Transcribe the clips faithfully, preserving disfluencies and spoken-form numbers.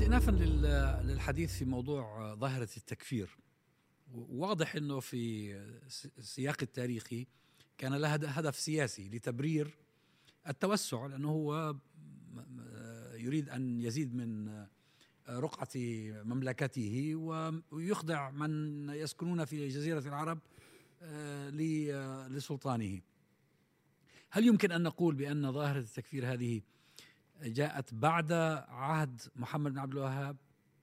استئنافا للحديث في موضوع ظاهرة التكفير، واضح أنه في السياق التاريخي كان لها هدف سياسي لتبرير التوسع، لأنه هو يريد أن يزيد من رقعة مملكته ويخضع من يسكنون في جزيرة العرب لسلطانه. هل يمكن أن نقول بأن ظاهرة التكفير هذه جاءت بعد عهد محمد بن عبد الوهاب،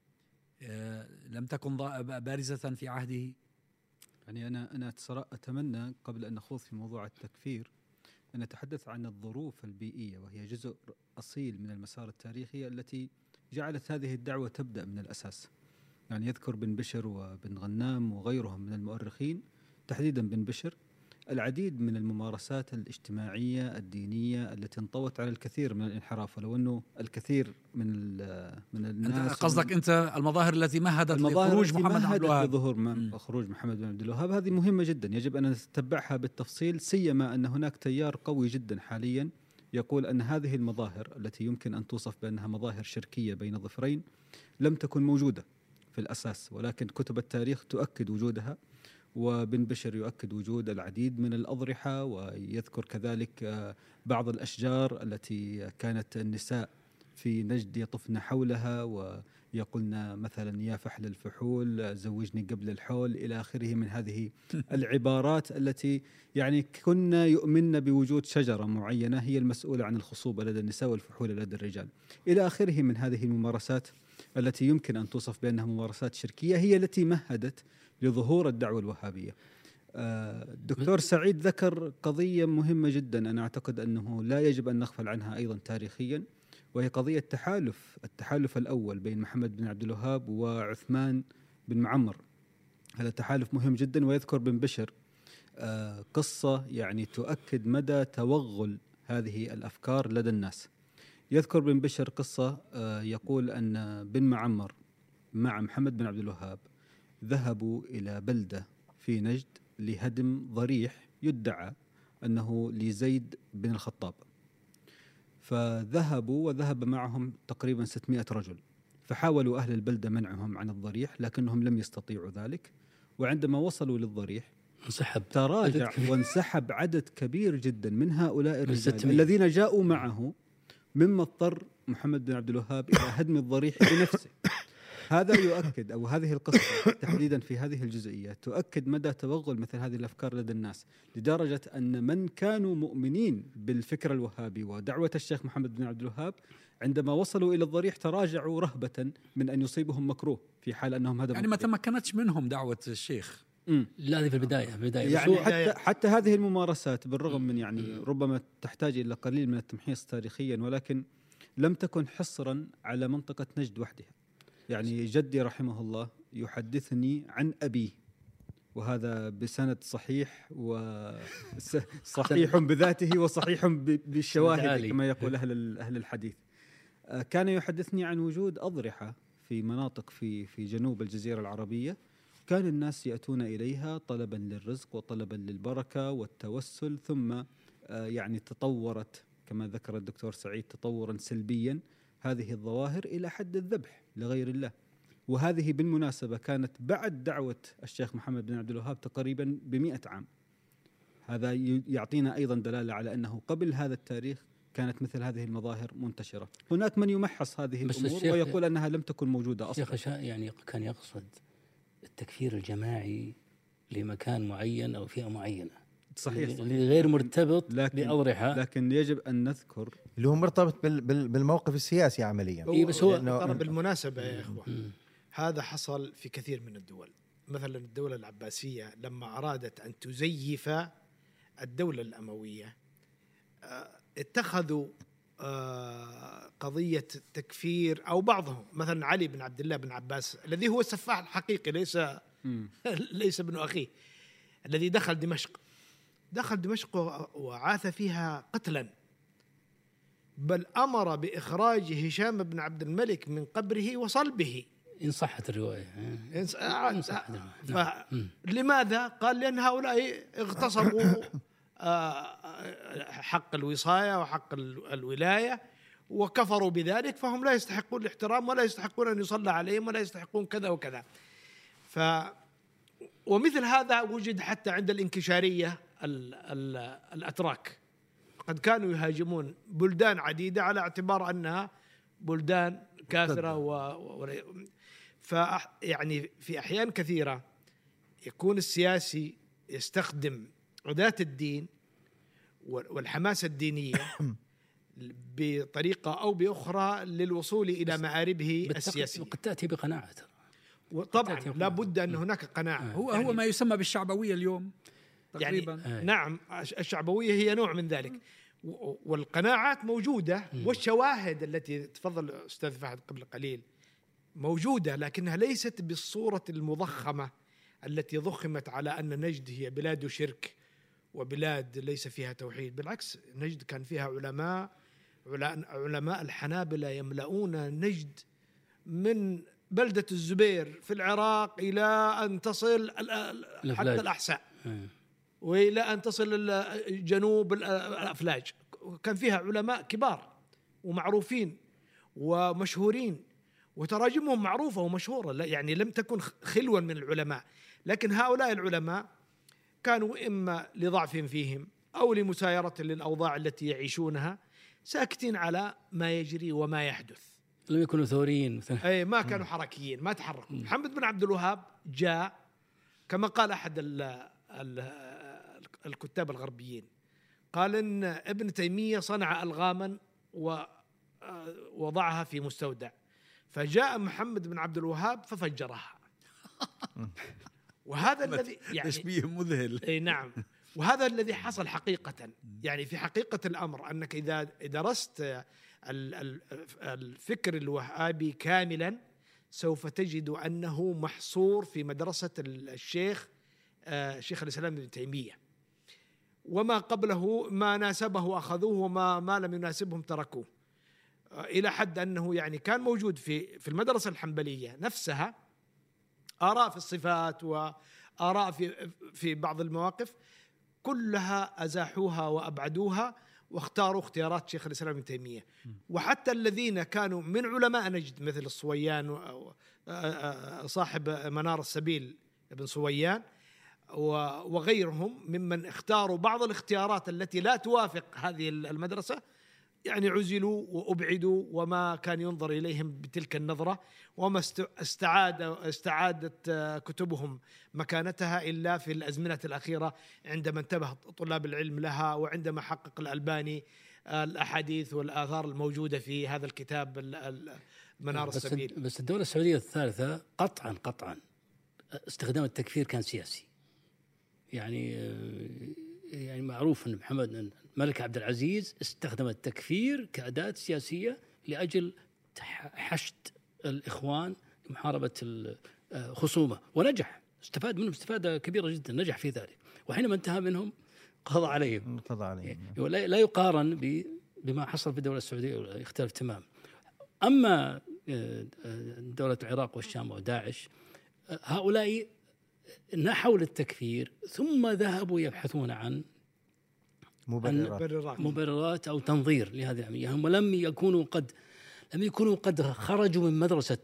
لم تكن بارزة في عهده؟ يعني أنا أنا أتمنى قبل أن نخوض في موضوع التكفير أن نتحدث عن الظروف البيئية، وهي جزء أصيل من المسار التاريخي التي جعلت هذه الدعوة تبدأ من الأساس. يعني يذكر بن بشر وبن غنام وغيرهم من المؤرخين، تحديدا بن بشر، العديد من الممارسات الاجتماعية الدينية التي انطوت على الكثير من الانحراف، ولو أنه الكثير من من الناس. قصدك أنت المظاهر التي مهدت لخروج محمد بن عبد الوهاب، لظهور خروج محمد بن عبد الوهاب، هذه مهمة جدا يجب أن نتبعها بالتفصيل، سيما أن هناك تيار قوي جدا حاليا يقول أن هذه المظاهر التي يمكن أن توصف بأنها مظاهر شركية بين ظفرين لم تكن موجودة في الأساس، ولكن كتب التاريخ تؤكد وجودها، وبن بشر يؤكد وجود العديد من الأضرحة، ويذكر كذلك بعض الأشجار التي كانت النساء في نجد يطفن حولها ويقولن مثلا يا فحل الفحول زوجني قبل الحول إلى آخره من هذه العبارات التي يعني كنا يؤمن بوجود شجرة معينة هي المسؤولة عن الخصوبة لدى النساء والفحول لدى الرجال إلى آخره من هذه الممارسات التي يمكن أن توصف بأنها ممارسات شركية، هي التي مهدت لظهور الدعوة الوهابية. الدكتور سعيد ذكر قضية مهمة جدا أنا أعتقد أنه لا يجب أن نغفل عنها أيضا تاريخيا، وهي قضية تحالف التحالف الأول بين محمد بن عبد الوهاب وعثمان بن معمر. هذا تحالف مهم جدا، ويذكر بن بشر قصة يعني تؤكد مدى توغل هذه الأفكار لدى الناس. يذكر بن بشر قصة يقول أن بن معمر مع محمد بن عبد الوهاب ذهبوا إلى بلدة في نجد لهدم ضريح يدعى أنه لزيد بن الخطاب، فذهبوا وذهب معهم تقريبا ستمائة رجل، فحاولوا أهل البلدة منعهم عن الضريح لكنهم لم يستطيعوا ذلك، وعندما وصلوا للضريح انسحب تراجع وانسحب عدد كبير جدا من هؤلاء الرجال الذين جاءوا معه، مما اضطر محمد بن عبد الوهاب إلى هدم الضريح بنفسه. هذا يؤكد أو هذه القصة تحديدا في هذه الجزئية تؤكد مدى توغل مثل هذه الأفكار لدى الناس، لدرجة أن من كانوا مؤمنين بالفكر الوهابي ودعوة الشيخ محمد بن عبد الوهاب عندما وصلوا إلى الضريح تراجعوا رهبة من أن يصيبهم مكروه في حال أنهم هدموا، يعني ما تمكنتش منهم دعوة الشيخ. لا هذه في البداية في البداية يعني حتى حتى هذه الممارسات بالرغم من يعني ربما تحتاج إلى قليل من التمحيص تاريخيا، ولكن لم تكن حصرا على منطقة نجد وحدها. يعني جدي رحمه الله يحدثني عن أبيه، وهذا بسند صحيح وصحيح بذاته وصحيح بالشواهد كما يقول أهل أهل الحديث. كان يحدثني عن وجود أضرحة في مناطق في في جنوب الجزيرة العربية، كان الناس يأتون إليها طلبا للرزق وطلبا للبركة والتوسل، ثم يعني تطورت كما ذكر الدكتور سعيد تطورا سلبيا هذه الظواهر إلى حد الذبح لغير الله. وهذه بالمناسبة كانت بعد دعوة الشيخ محمد بن عبد الوهاب تقريبا بمئة عام. هذا يعطينا أيضا دلالة على أنه قبل هذا التاريخ كانت مثل هذه المظاهر منتشرة. هناك من يمحص هذه الأمور ويقول أنها لم تكن موجودة أصلا. الشيخ يعني كان يقصد التكفير الجماعي لمكان معين أو فئة معينة، صحيح اللي غير مرتبط بأضرحة، لكن يجب أن نذكر اللي هو مرتبط بالموقف السياسي عمليا. إيه بس هو ترى بالمناسبة يا إخوة هذا حصل في كثير من الدول. مثلا الدولة العباسية لما أرادت أن تزيف الدولة الأموية اتخذوا قضية تكفير أو بعضهم، مثلا علي بن عبد الله بن عباس الذي هو السفاح الحقيقي ليس ليس ابن أخيه، الذي دخل دمشق دخل دمشق وعاث فيها قتلا، بل أمر بإخراج هشام بن عبد الملك من قبره وصلبه إن صحت الرواية. إن صحت الرواية. لماذا؟ قال لأن هؤلاء اغتصبوا حق الوصاية وحق الولاية وكفروا بذلك، فهم لا يستحقون الاحترام ولا يستحقون أن يصلى عليهم ولا يستحقون كذا وكذا. ف ومثل هذا وجد حتى عند الانكشارية ال ال الأتراك، قد كانوا يهاجمون بلدان عديدة على اعتبار أنها بلدان كافرة و... و... ف يعني في أحيان كثيرة يكون السياسي يستخدم أداة الدين والحماسة الدينية بطريقة أو بأخرى للوصول إلى مآربه السياسية. قد تأتي بقناعة، وطبعا لا بد أن هناك قناعة. هو يعني هو ما يسمى بالشعبوية اليوم تقريبا. يعني نعم، الشعبوية هي نوع من ذلك، والقناعات موجودة والشواهد التي تفضل أستاذ فهد قبل قليل موجودة، لكنها ليست بالصورة المضخمة التي ضخمت على أن نجد هي بلاد شرك وبلاد ليس فيها توحيد. بالعكس، نجد كان فيها علماء علماء الحنابلة يملؤون نجد من بلدة الزبير في العراق إلى أن تصل حتى الأحساء وإلى أن تصل جنوب الأفلاج. كان فيها علماء كبار ومعروفين ومشهورين وتراجمهم معروفة ومشهورة، يعني لم تكن خلوا من العلماء. لكن هؤلاء العلماء كانوا إما لضعف فيهم أو لمسايرة للأوضاع التي يعيشونها ساكتين على ما يجري وما يحدث، لم يكونوا ثوريين مثلا. أي ما كانوا حركيين، ما تحركوا. محمد بن عبد الوهاب جاء كما قال أحد ال ال الكتاب الغربيين، قال إن ابن تيمية صنع ألغاما ووضعها في مستودع، فجاء محمد بن عبد الوهاب ففجرها. وهذا الذي يعني تشبيه مذهل. اي نعم، وهذا الذي حصل حقيقة. يعني في حقيقة الأمر أنك إذا درست الفكر الوهابي كاملا سوف تجد أنه محصور في مدرسة الشيخ شيخ الإسلام ابن تيمية، وما قبله ما ناسبه أخذوه وما ما لم يناسبهم تركوه، إلى حد أنه يعني كان موجود في في المدرسة الحنبلية نفسها آراء في الصفات وآراء في في بعض المواقف كلها أزاحوها وأبعدوها واختاروا اختيارات شيخ الإسلام ابن تيمية. وحتى الذين كانوا من علماء نجد مثل الصويان صاحب منار السبيل ابن صويان وغيرهم ممن اختاروا بعض الاختيارات التي لا توافق هذه المدرسة، يعني عزلوا وأبعدوا وما كان ينظر إليهم بتلك النظرة، وما استعاد استعادت كتبهم مكانتها إلا في الأزمنة الأخيرة عندما انتبه طلاب العلم لها، وعندما حقق الألباني الأحاديث والآثار الموجودة في هذا الكتاب منار السبيل. بس الدولة السعودية الثالثة قطعا قطعا استخدام التكفير كان سياسي. يعني يعني معروف أن محمد الملك عبد العزيز استخدم التكفير كأداة سياسية لأجل حشد الإخوان لمحاربة الخصومة، ونجح، استفاد منهم استفادة كبيرة جدا، نجح في ذلك. وحينما انتهى منهم قضى عليهم قضى عليهم لا يقارن بما حصل في الدولة السعودية، يختلف تمام. أما دولة العراق والشام وداعش هؤلاء نحوا للتكفير ثم ذهبوا يبحثون عن مبررات مبررات أو تنظير لهذه العملية. هم لم يكونوا قد لم يكونوا قد خرجوا من مدرسة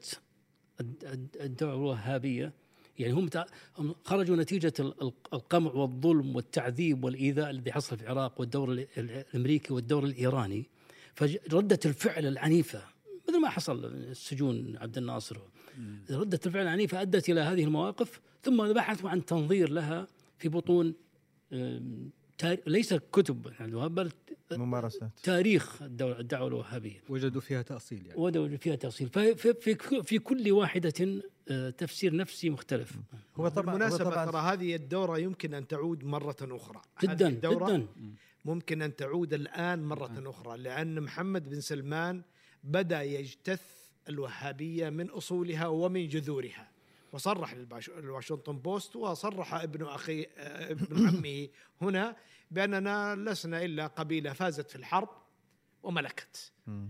الدعوة الوهابية، يعني هم خرجوا نتيجة القمع والظلم والتعذيب والإيذاء الذي حصل في العراق والدور الأمريكي والدور الإيراني، فردة الفعل العنيفة مثل ما حصل السجون عبد الناصر، ردة الفعل العنيفة أدت إلى هذه المواقف، ثم بحثوا عن تنظير لها في بطون ليس كتب بل ممارسات تاريخ الدولة الدعوة الوهابية، وجدوا فيها تأصيل يعني. وجدوا فيها تأصيل في, في, في كل واحدة تفسير نفسي مختلف. هو طبعا بالمناسبة ترى هذه الدورة يمكن أن تعود مرة أخرى، جدا الدورة جدا ممكن أن تعود الآن مرة أخرى، لأن محمد بن سلمان بدأ يجتث الوهابية من أصولها ومن جذورها، وصرح للواشنطن بوست وصرح ابن أخي ابن عمه هنا بأننا لسنا إلا قبيلة فازت في الحرب وملكت.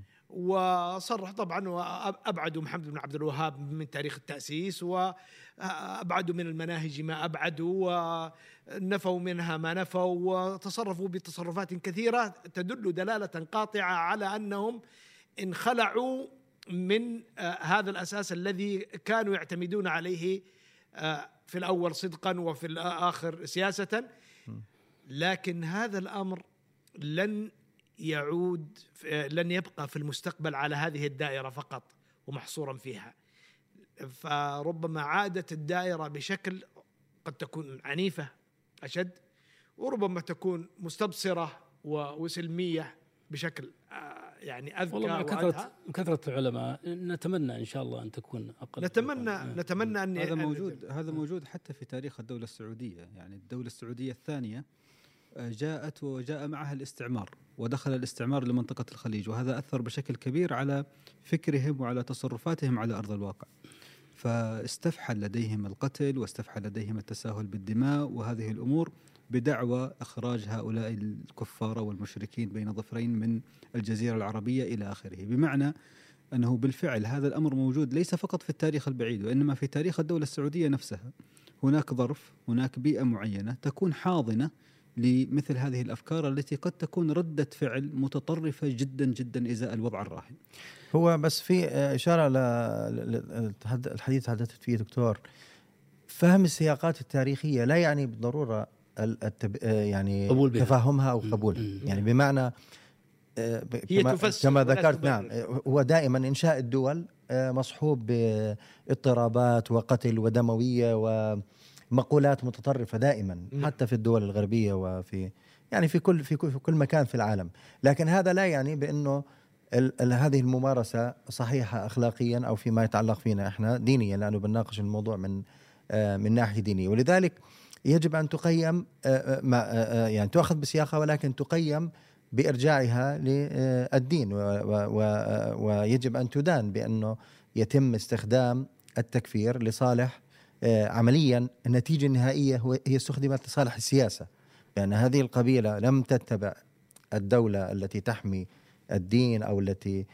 وصرح طبعا وأبعدوا محمد بن عبد الوهاب من تاريخ التأسيس، وأبعدوا من المناهج ما أبعدوا، ونفوا منها ما نفوا، وتصرفوا بتصرفات كثيرة تدل دلالة قاطعة على أنهم انخلعوا من هذا الأساس الذي كانوا يعتمدون عليه في الأول صدقا وفي الآخر سياسة. لكن هذا الأمر لن يعود لن يبقى في المستقبل على هذه الدائرة فقط ومحصورا فيها، فربما عادت الدائرة بشكل قد تكون عنيفة أشد، وربما تكون مستبصرة وسلمية بشكل يعني أذكى. والله مع كثرة كثرة العلماء نتمنى إن شاء الله أن تكون أقل. نتمنى آه. نتمنى أن هذا موجود هذا موجود حتى في تاريخ الدولة السعودية. يعني الدولة السعودية الثانية جاءت وجاء معها الاستعمار، ودخل الاستعمار لمنطقة الخليج، وهذا أثر بشكل كبير على فكرهم وعلى تصرفاتهم على أرض الواقع. فاستفحل لديهم القتل واستفحل لديهم التساهل بالدماء وهذه الأمور بدعوى إخراج هؤلاء الكفار والمشركين بين ظفرين من الجزيرة العربية إلى آخره. بمعنى أنه بالفعل هذا الأمر موجود ليس فقط في التاريخ البعيد، وإنما في تاريخ الدولة السعودية نفسها. هناك ظرف، هناك بيئة معينة تكون حاضنة لمثل هذه الأفكار التي قد تكون ردة فعل متطرفة جدا جدا إزاء الوضع الراهن. هو بس في إشارة للحديث حدثت فيه دكتور، فهم السياقات التاريخية لا يعني بالضرورة التب... يعني تفاهمها أو قبولها. يعني بمعنى كما, كما ذكرت، نعم، هو دائما إنشاء الدول مصحوب باضطرابات وقتل ودموية ومقولات متطرفة دائما، حتى في الدول الغربية وفي يعني في كل في كل, في كل مكان في العالم. لكن هذا لا يعني بأنه ال ال هذه الممارسة صحيحة أخلاقيا أو فيما يتعلق فينا إحنا دينيا، لأنه بنناقش الموضوع من آه من ناحية دينية. ولذلك يجب أن تقيم آه ما آه يعني تأخذ بسياقها، ولكن تقيم بإرجاعها للدين، ويجب أن تدان بأنه يتم استخدام التكفير لصالح آه عمليا النتيجة النهائية هي استخدمت لصالح السياسة، لأن يعني هذه القبيلة لم تتبع الدولة التي تحمي الدين أو التي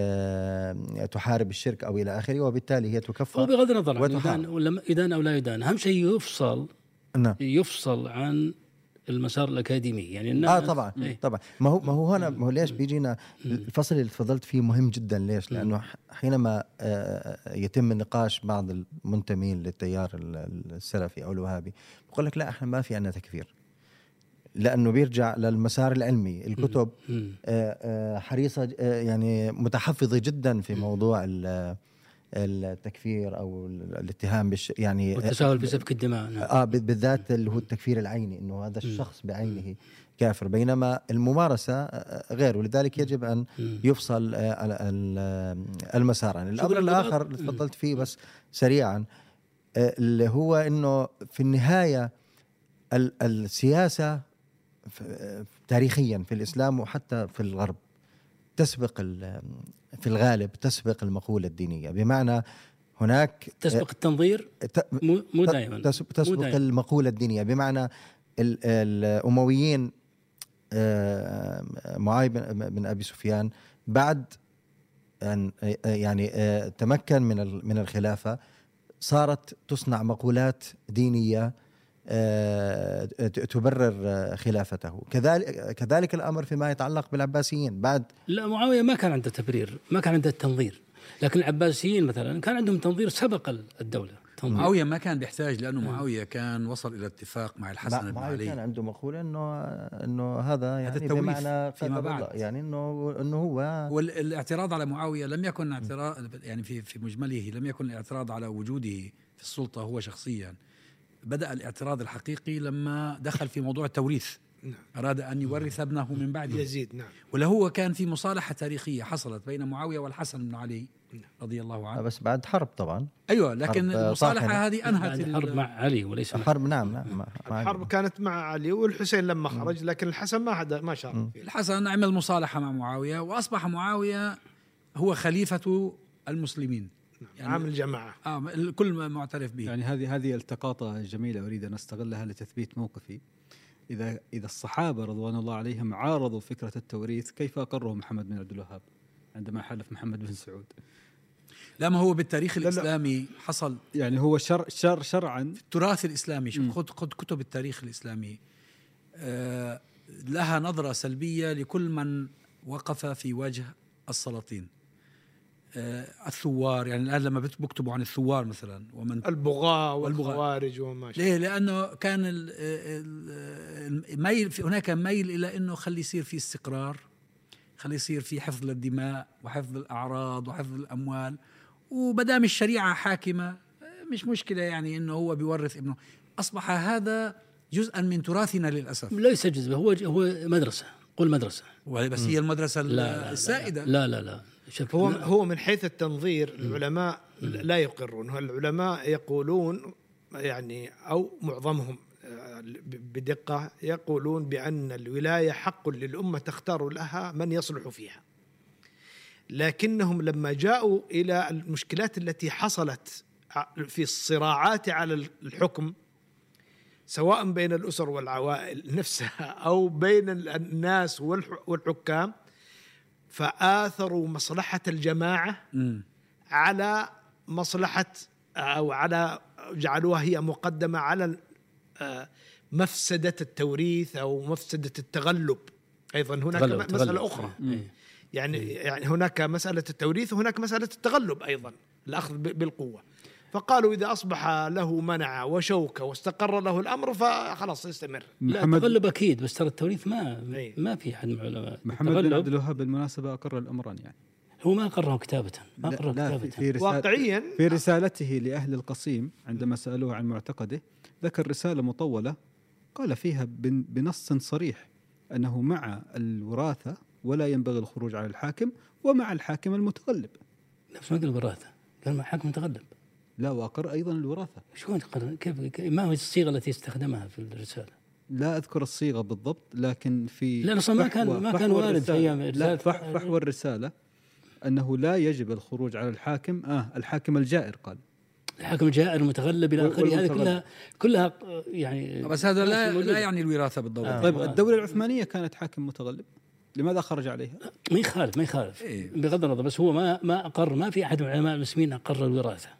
أه تحارب الشرك أو إلى آخره، وبالتالي هي تكفر. وبغض النظر عن يدان ولا يدان أو لا يدان، أهم شيء يفصل نعم. يفصل عن المسار الأكاديمي. يعني آه طبعا ايه؟ طبعا ما هو ما هو هنا ما هو ليش بيجينا الفصل اللي تفضلت فيه مهم جدا. ليش؟ لأنه حينما آه يتم النقاش بعض المنتمين للتيار السلفي أو الوهابي بقول لك لا، احنا ما في عندنا تكفير، لأنه بيرجع للمسار العلمي. الكتب حريصة يعني متحفظة جدا في موضوع التكفير أو الاتهام بالش يعني والتساهل في سفك الدماء. آه بالذات اللي هو التكفير العيني، إنه هذا الشخص بعينه كافر، بينما الممارسة غير. ولذلك يجب أن يفصل المسارين. الأمر الآخر اللي تفضلت فيه بس سريعا، اللي هو إنه في النهاية السياسة تاريخيا في الإسلام وحتى في الغرب تسبق في الغالب تسبق المقولة الدينية. بمعنى هناك تسبق التنظير، مو دائما تسبق المقولة الدينية. بمعنى الأمويين معاوية بن أبي سفيان بعد أن يعني تمكن من من الخلافة صارت تصنع مقولات دينية تبرر خلافته. كذلك كذلك الأمر فيما يتعلق بالعباسيين. بعد لا، معاوية ما كان عنده تبرير، ما كان عنده التنظير، لكن العباسيين مثلا كان عندهم تنظير سبق الدولة. معاوية ما كان بيحتاج، لأنه معاوية كان وصل إلى اتفاق مع الحسن بن علي. كان عنده مقولة إنه إنه هذا يعني بمعنى فيما بعد يعني إنه إنه هو. والاعتراض على معاوية لم يكن اعتراض يعني في في مجمله، لم يكن الاعتراض على وجوده في السلطة هو شخصيا. بدأ الاعتراض الحقيقي لما دخل في موضوع التوريث. نعم. أراد أن يورث ابنه من بعده يزيد. نعم. ولهو كان في مصالحة تاريخية حصلت بين معاوية والحسن بن علي رضي الله عنه، بس بعد حرب طبعا. أيوة، لكن المصالحة هذه أنهت الحرب مع علي وليس الحرب. نعم نعم الحرب كانت مع علي والحسين لما خرج، لكن الحسن ما حدا ما شارك. الحسن عمل مصالحة مع معاوية وأصبح معاوية هو خليفة المسلمين، يعني عامل جماعة آه الكل معترف به. يعني هذه هذه التقاطة جميلة أريد أن أستغلها لتثبيت موقفي. إذا إذا الصحابة رضوان الله عليهم عارضوا فكرة التوريث، كيف أقره محمد بن عبد الوهاب عندما حلف محمد بن سعود؟ لا، ما هو بالتاريخ الإسلامي حصل، يعني هو شر شر شرعا في التراث الإسلامي. شوف، خذ خذ كتب التاريخ الإسلامي، آه لها نظرة سلبية لكل من وقف في وجه السلاطين، آه الثوار. يعني الآن لما بيكتبوا عن الثوار مثلا ومن البغاة والخوارج وما شابه. ليه؟ لأنه كان الميل في هناك ميل إلى أنه خلي يصير في استقرار، خلي يصير في حفظ للدماء وحفظ الأعراض وحفظ الأموال، وبدام الشريعة حاكمة مش مشكلة يعني أنه هو بيورث ابنه. أصبح هذا جزءا من تراثنا للأسف. ليس جزء، هو هو مدرسة، قل مدرسة، بس هي المدرسة لا لا السائدة. لا لا, لا. شوف، هو هو من حيث التنظير العلماء لا يقرون. العلماء يقولون يعني أو معظمهم بدقة يقولون بأن الولاية حق للأمة تختار لها من يصلح فيها، لكنهم لما جاءوا إلى المشكلات التي حصلت في الصراعات على الحكم سواء بين الأسر والعوائل نفسها أو بين الناس والحكام، فآثروا مصلحة الجماعة م. على مصلحة أو على جعلوها هي مقدمة على مفسدة التوريث أو مفسدة التغلب. أيضا هناك تغلب مسألة تغلب. أخرى م. يعني يعني هناك مسألة التوريث وهناك مسألة التغلب أيضا، الأخذ بالقوة. فقالوا إذا أصبح له منع وشوكة واستقر له الأمر فخلاص يستمر. لا التغلب أكيد، بس ترى التوريث ما أي. ما في حد من العلماء. محمد بن عبد الوهاب بالمناسبة أقر الأمران، يعني هو ما أقره كتابة، ما أقره كتابة. في رسالة واقعيا في رسالته لأهل القصيم عندما سألوه عن معتقده ذكر رسالة مطولة قال فيها بنص صريح أنه مع الوراثة ولا ينبغي الخروج على الحاكم ومع الحاكم المتغلب. نفس ما قال الوراثة، قال مع حاكم متغلب. لا، وأقر أيضا الوراثة. شو كيف ما هو الصيغة التي استخدمها في الرسالة؟ لا أذكر الصيغة بالضبط، لكن في لا أصلا ما كان ما كان وارد في أيام لا فحوى الرسالة أنه لا يجب الخروج على الحاكم آه الحاكم الجائر، قال الحاكم الجائر المتغلب إلى آخره. هذه كلها كلها يعني، بس هذا لا لا يعني الوراثة بالضبط. آه. طيب الدولة العثمانية كانت حاكم متغلب، لماذا خرج عليها؟ ما يخالف ما يخالف إيه؟ بغض النظر، بس هو ما ما أقر، ما في أحد من علماء المسلمين أقر الوراثة.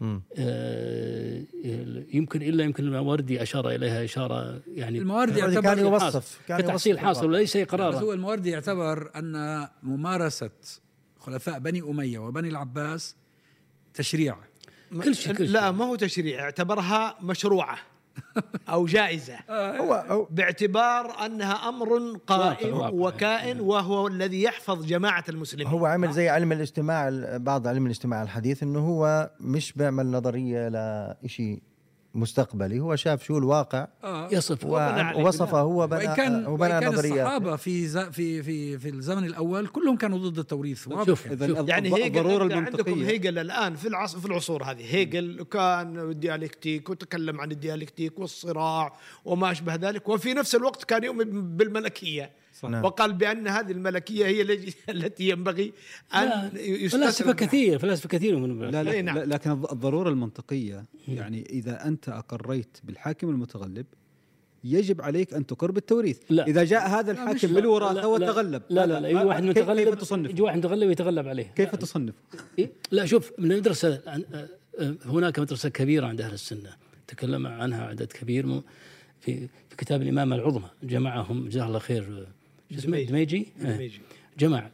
آه يمكن إلا يمكن الماوردي أشار إليها إشارة يعني. الماوردي كان يوصف كتحصيل حاصل وليس إقرارا. هو الماوردي يعتبر أن ممارسة خلفاء بني أمية وبني العباس تشريع. كل شيء كل لا ما هو تشريع، اعتبرها مشروعة أو جائزة هو باعتبار أنها أمر قائم وكائن وهو الذي يحفظ جماعة المسلمين. هو عمل زي علم الاجتماع، بعض علم الاجتماع الحديث، إنه هو مش بيعمل نظرية لإشي مستقبلي، هو شاف شو الواقع آه. يصف ووصفه هو بنى وإن كان, وبنى وإن كان نظريات. الصحابة في في في في الزمن الأول كلهم كانوا ضد التوريث. شوف يعني هيجل عندكم هيجل الآن في العصر في العصور هذه، هيجل كان الديالكتيك وتكلم عن الديالكتيك والصراع وما أشبه ذلك، وفي نفس الوقت كان يؤمن بالملكية صنع. وقال بأن هذه الملكية هي التي ينبغي أن يستسلم. فلاسفة كثير فلاسفة كثير من لا لا, لا لكن الضرورة المنطقية يعني إذا أنت أقريت بالحاكم المتغلب يجب عليك أن تقر بالتوريث. لا. إذا جاء هذا الحاكم بالوراثة وتغلب، لا لا لا يجي واحد متغلب، كيف تصنف؟ يجي واحد متغلب ويتغلب عليه، كيف تصنف؟ لا شوف، من المدرسة هناك مدرسة كبيرة عند أهل السنة تكلم عنها عدد كبير في في كتاب الإمامة العظمى، جمعهم جزاه الله خير اسمه دميجي، جمع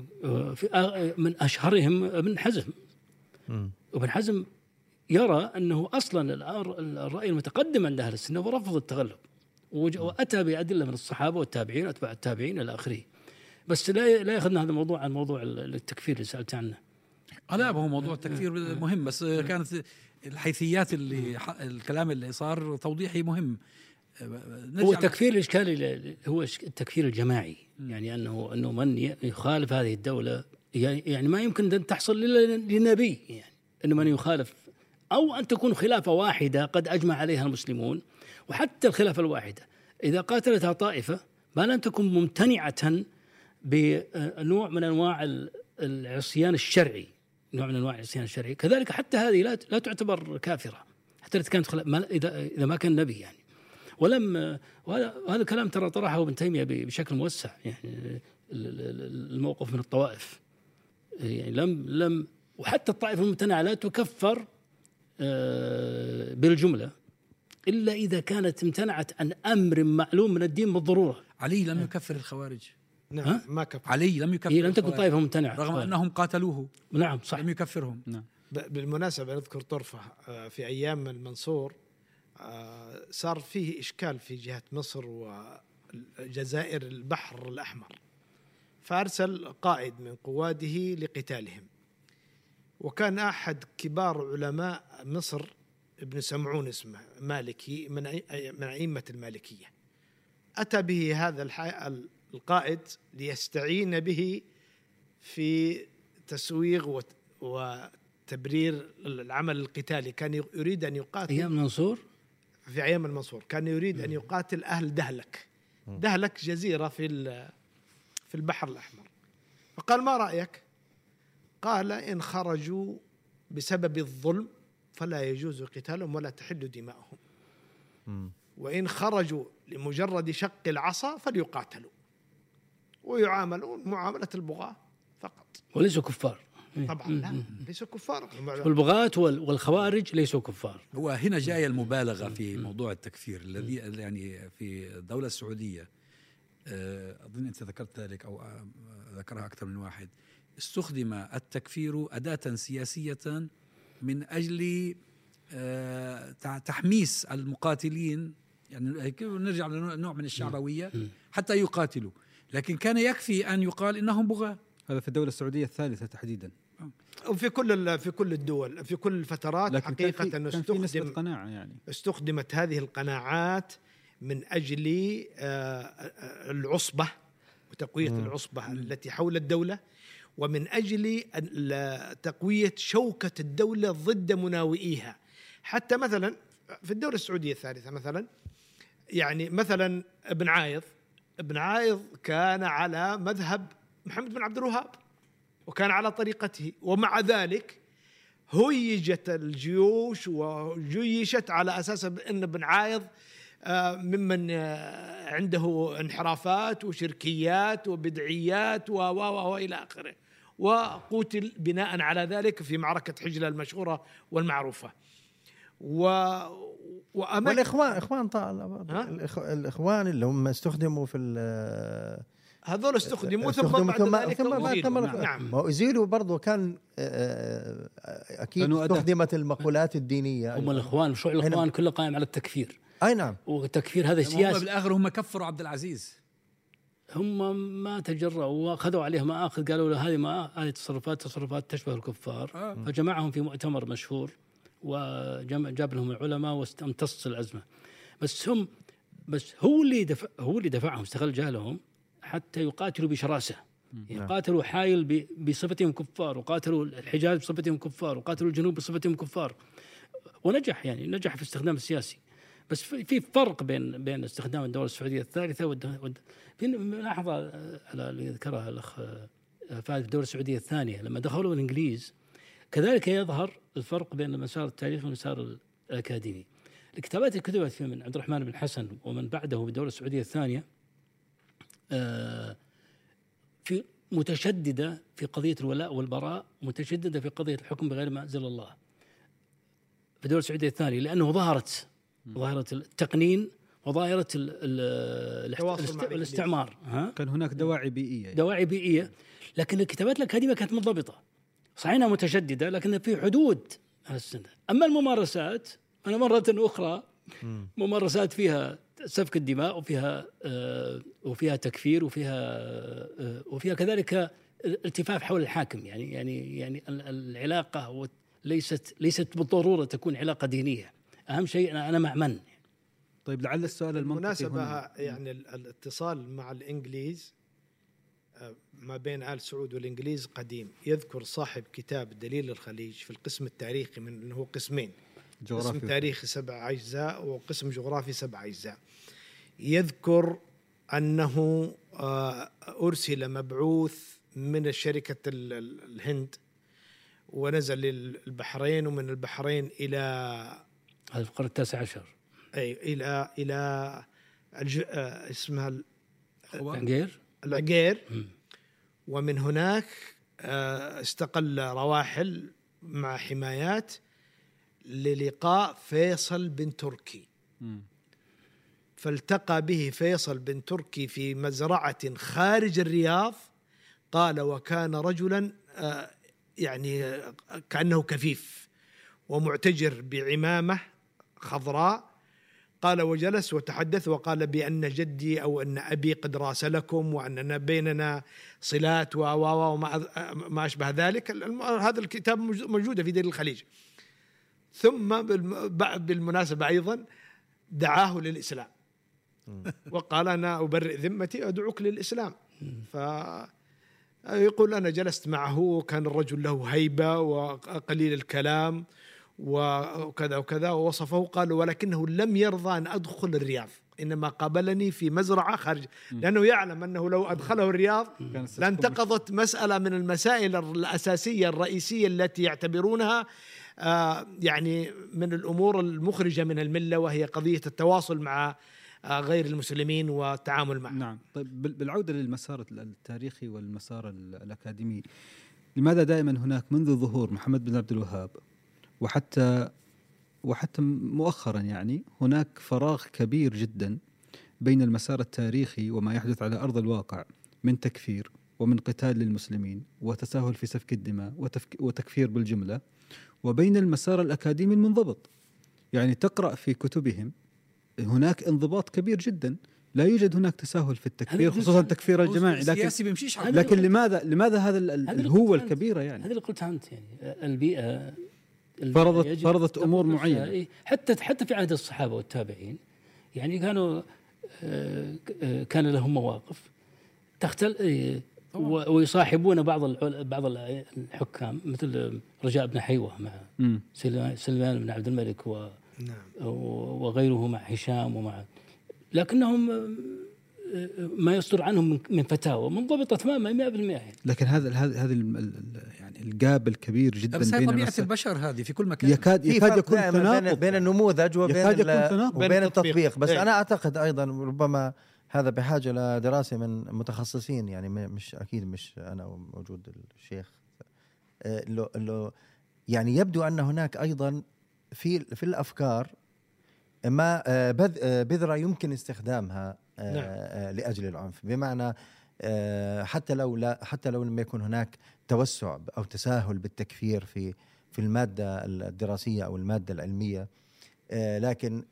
من أشهرهم ابن حزم. وابن حزم يرى أنه أصلا الرأي المتقدم عند أهل السنة ورفض التغلب، وأتى بأدلة من الصحابة والتابعين وأتباع التابعين إلى آخره. بس لا لا يأخذنا هذا الموضوع عن موضوع التكفير اللي سألت عنه. لا هو موضوع التكفير مهم، بس كانت الحيثيات اللي الكلام اللي صار توضيحي مهم. هو التكفير الإشكالي هو التكفير الجماعي، يعني أنه أنه من يخالف هذه الدولة يعني ما يمكن أن تحصل للنبي، يعني أنه من يخالف أو أن تكون خلافة واحدة قد أجمع عليها المسلمون، وحتى الخلافة الواحدة إذا قاتلتها طائفة ما لن تكون ممتنعة بنوع من أنواع العصيان الشرعي، نوع من أنواع العصيان الشرعي، كذلك حتى هذه لا لا تعتبر كافرة حتى إذا كانت إذا إذا ما كان نبي يعني. ولم وهذا وهذا الكلام ترى طرحه ابن تيمية بشكل موسع، يعني الموقف من الطوائف يعني لم لم وحتى الطائفة الممتنعة لا تكفر بالجملة إلا إذا كانت امتنعت عن أمر معلوم من الدين بالضرورة. علي لم يكفر الخوارج. نعم ما كفر. علي لم يكفر، هي لم تكن طائفة ممتنعة رغم أنهم قاتلوه. نعم صح. لم يكفرهم. نعم. بالمناسبة نذكر طرفة في أيام المنصور صار فيه إشكال في جهة مصر وجزائر البحر الأحمر، فأرسل قائد من قواده لقتالهم، وكان أحد كبار علماء مصر ابن سمعون اسمه مالكي من من أئمة المالكية، أتى به هذا القائد ليستعين به في تسويغ وتبرير العمل القتالي. كان يريد أن يقاتل أيام المنصور، في أيام المنصور كان يريد أن يقاتل أهل دهلك. دهلك جزيرة في في البحر الأحمر. فقال ما رأيك؟ قال إن خرجوا بسبب الظلم فلا يجوز قتالهم ولا تحل دماؤهم، وإن خرجوا لمجرد شق العصا فليقاتلوا ويعاملون معاملة البغاة فقط، وليسوا كفار. طبعا لا ليسوا كفار. والبغاة والخوارج ليسوا كفار. هو هنا جاية المبالغة في موضوع التكفير الذي يعني في الدولة السعودية، أظن أنت ذكرت ذلك أو ذكرها أكثر من واحد. استخدم التكفير أداة سياسية من أجل تحميس المقاتلين، يعني نرجع لنوع من الشعبوية حتى يقاتلوا، لكن كان يكفي أن يقال إنهم بغاة. هذا في الدولة السعودية الثالثة تحديدا، وفي كل في كل الدول في كل الفترات. حقيقة كان في استخدم نسبة قناعة، يعني استخدمت هذه القناعات من أجل العصبة وتقوية مم. العصبة مم. التي حول الدولة، ومن أجل تقوية شوكة الدولة ضد مناوئيها. حتى مثلا في الدولة السعودية الثالثة مثلا، يعني مثلا ابن عايض ابن عايض كان على مذهب محمد بن عبد الوهاب وكان على طريقته، ومع ذلك هيجت الجيوش وجيشت على أساس أن ابن عايض ممن عنده انحرافات وشركيات وبدعيات و وإلى آخره، وقتل بناء على ذلك في معركة حجلة المشهورة والمعروفة. و والإخوان إخوان طال الإخوان اللي هم استخدموا في هذول استخدموا ثم بعد ذلك ثم نعم وأزيلوا برضو. كان أكيد استخدمت المقولات الدينية. هم الإخوان، مشروع الإخوان كله قائم على التكفير. أي نعم، والتكفير هذا سياسي. بالآخر هم كفروا عبد العزيز، هم ما تجرؤوا وأخذوا عليه مآخذ، قالوا له هذه ما هذه تصرفات تصرفات تشبه الكفار. آه. فجمعهم في مؤتمر مشهور وجاب لهم العلماء وامتص الأزمة. بس هم بس هو اللي دفع هو اللي دفعهم، استغل جهلهم حتى يقاتلوا بشراسة. يعني قاتلوا حائل بصفتهم كفار، وقاتلوا الحجاز بصفتهم كفار، وقاتلوا الجنوب بصفتهم كفار، ونجح يعني نجح في استخدام السياسي. بس في فرق بين بين استخدام الدولة السعودية الثالثة والد... في ملاحظة على اللي ذكرها الأخ فهد، الدولة السعودية الثانية لما دخلوا الإنجليز كذلك يظهر الفرق بين المسار التاريخي والمسار الأكاديمي. الكتابات اللي كتبت في من عبد الرحمن بن حسن ومن بعده بالدولة السعودية الثانية في متشددة في قضية الولاء والبراء، متشددة في قضية الحكم بغير ما أنزل الله في الدولة السعودية الثانية، لأنه ظهرت ظاهرة التقنين وظاهرة الاستعمار. ها؟ كان هناك دواعي بيئية دواعي بيئية، لكن الكتابات الأكاديمية كانت منضبطة، صحيح انها متشددة لكن في حدود السنة. أما الممارسات أنا مرة أخرى ممارسات فيها سفك الدماء وفيها آه وفيها تكفير وفيها آه وفيها كذلك التفاف حول الحاكم. يعني يعني يعني العلاقة ليست ليست بالضرورة تكون علاقة دينية، أهم شيء أنا مع من. طيب لعل السؤال المنطقي بالمناسبة يعني الاتصال مع الإنجليز ما بين آل سعود والإنجليز قديم. يذكر صاحب كتاب دليل الخليج في القسم التاريخي، من أنه قسمين، قسم تاريخي سبع أجزاء وقسم جغرافي سبع أجزاء. يذكر أنه أرسل مبعوث من شركة الهند ونزل للبحرين، ومن البحرين إلى هذا القرن التاسع عشر أي إلى إلى الج... اسمها العقير العقير ومن هناك استقل رواحل مع حمايات للقاء فيصل بن تركي. فالتقى به فيصل بن تركي في مزرعة خارج الرياض. قال وكان رجلا يعني كأنه كفيف ومعتجر بعمامة خضراء. قال وجلس وتحدث وقال بأن جدي أو أن أبي قد راسلكم وأننا بيننا صلات وما ما أشبه ذلك. هذا الكتاب موجود في دير الخليج. ثم بالمناسبة أيضا دعاه للإسلام وقال أنا أبرئ ذمتي أدعوك للإسلام. فيقول أنا جلست معه وكان الرجل له هيبة وقليل الكلام وكذا وكذا ووصفه. قال ولكنه لم يرضى أن أدخل الرياض، إنما قابلني في مزرعة خارج، لأنه يعلم أنه لو أدخله الرياض لانتقضت مسألة من المسائل الأساسية الرئيسية التي يعتبرونها آه يعني من الأمور المخرجة من الملة، وهي قضية التواصل مع آه غير المسلمين والتعامل معهم. نعم. طيب بالعودة للمسار التاريخي والمسار الأكاديمي، لماذا دائما هناك منذ ظهور محمد بن عبد الوهاب وحتى وحتى مؤخرا يعني هناك فراغ كبير جدا بين المسار التاريخي وما يحدث على أرض الواقع من تكفير ومن قتال للمسلمين وتساهل في سفك الدماء وتكفير بالجملة، وبين المسار الأكاديمي المنضبط؟ يعني تقرأ في كتبهم هناك انضباط كبير جدا، لا يوجد هناك تساهل في التكفير خصوصا التكفير الجماعي. لكن لكن لماذا لماذا هذا الهوة الكبيرة؟ يعني هذا اللي قلت أنت، يعني البيئة فرضت فرضت أمور معينة. حتى حتى في عهد الصحابة والتابعين يعني كانوا كان لهم مواقف تختل ويصاحبون بعض بعض الحكام مثل رجاء بن حيوة مع سلمان بن عبد الملك و وغيره مع هشام ومع، لكنهم ما يصدر عنهم من فتاوى منضبطة تماما مئة بالمئة. لكن هذا هذا هذا يعني الجاب الكبير جدا بين طبيعة البشر هذه في كل مكان. يكاد يكاد يكون تناقض بين النموذج وبين وبين التطبيق. بس أنا أعتقد أيضا ربما هذا بحاجة لدراسة من متخصصين، يعني مش أكيد مش أنا وموجود الشيخ اللي يعني يبدو أن هناك أيضا في في الأفكار ما بذرة يمكن استخدامها لأجل العنف، بمعنى حتى لو لا حتى لو لم يكن هناك توسع أو تساهل بالتكفير في في المادة الدراسية أو المادة العلمية، لكن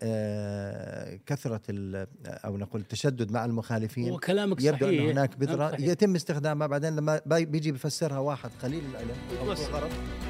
كثرة أو نقول التشدد مع المخالفين وكلامك يبدو صحيح. أن هناك بذرة يتم استخدامها بعدين لما بيجي بيفسرها واحد قليل العلم أو